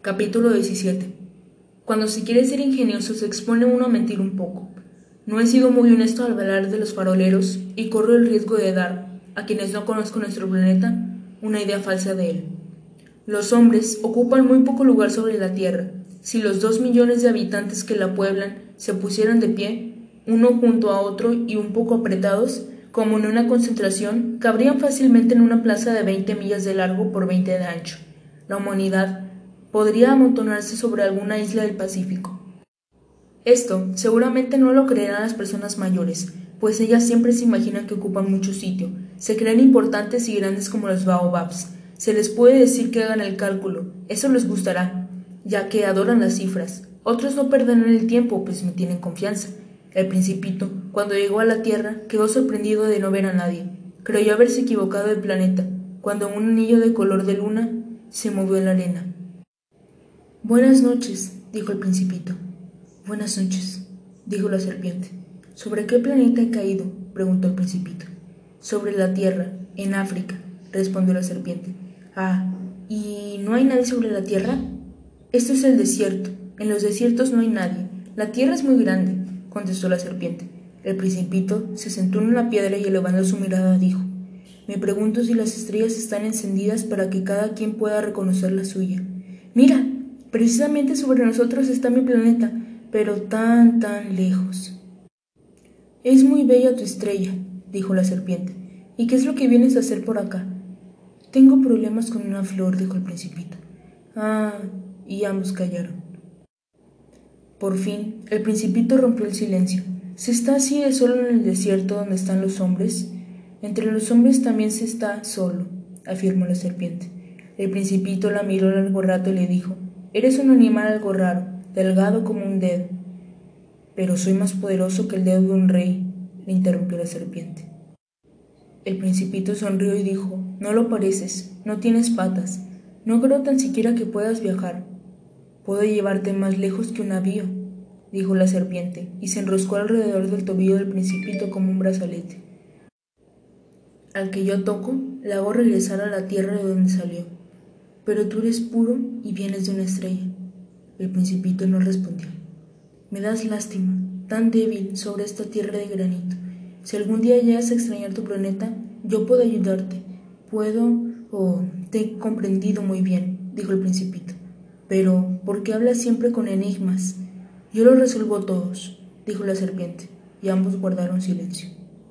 Capítulo 17. Cuando se quiere ser ingenioso se expone uno a mentir un poco. No he sido muy honesto al hablar de los faroleros y corro el riesgo de dar, a quienes no conozcan nuestro planeta, una idea falsa de él. Los hombres ocupan muy poco lugar sobre la Tierra. Si los 2 millones de habitantes que la pueblan se pusieran de pie, uno junto a otro y un poco apretados, como en una concentración, cabrían fácilmente en una plaza de 20 millas de largo por 20 de ancho. La humanidad podría amontonarse sobre alguna isla del Pacífico. Esto seguramente no lo creerán las personas mayores, pues ellas siempre se imaginan que ocupan mucho sitio, se creen importantes y grandes como los baobabs. Se les puede decir que hagan el cálculo, eso les gustará, ya que adoran las cifras. Otros no perderán el tiempo, pues me tienen confianza. El Principito, cuando llegó a la Tierra, quedó sorprendido de no ver a nadie. Creyó haberse equivocado de planeta, cuando un anillo de color de luna se movió en la arena. «Buenas noches», dijo el Principito. «Buenas noches», dijo la serpiente. «¿Sobre qué planeta he caído?», preguntó el Principito. «Sobre la Tierra, en África», respondió la serpiente. «Ah, ¿y no hay nadie sobre la Tierra?». «Esto es el desierto. En los desiertos no hay nadie. La Tierra es muy grande», contestó la serpiente. El Principito se sentó en una piedra y elevando su mirada dijo: «Me pregunto si las estrellas están encendidas para que cada quien pueda reconocer la suya. Mira, precisamente sobre nosotros está mi planeta, pero tan lejos». «Es muy bella tu estrella», dijo la serpiente. «¿Y qué es lo que vienes a hacer por acá?». «Tengo problemas con una flor», dijo el Principito. «Ah», y ambos callaron. Por fin, el Principito rompió el silencio. «¿Se está así de solo en el desierto donde están los hombres?». «Entre los hombres también se está solo», afirmó la serpiente. El Principito la miró largo rato y le dijo: «Eres un animal algo raro, delgado como un dedo». «Pero soy más poderoso que el dedo de un rey», le interrumpió la serpiente. El Principito sonrió y dijo: «No lo pareces, no tienes patas, no creo tan siquiera que puedas viajar». «Puedo llevarte más lejos que un navío», dijo la serpiente, y se enroscó alrededor del tobillo del Principito como un brazalete. «Al que yo toco, le hago regresar a la tierra de donde salió. Pero tú eres puro y vienes de una estrella». El Principito no respondió. «Me das lástima, tan débil sobre esta tierra de granito. Si algún día llegas a extrañar tu planeta, yo puedo ayudarte. Te he comprendido muy bien», dijo el Principito. «Pero, ¿por qué hablas siempre con enigmas?». «Yo los resuelvo todos», dijo la serpiente, y ambos guardaron silencio.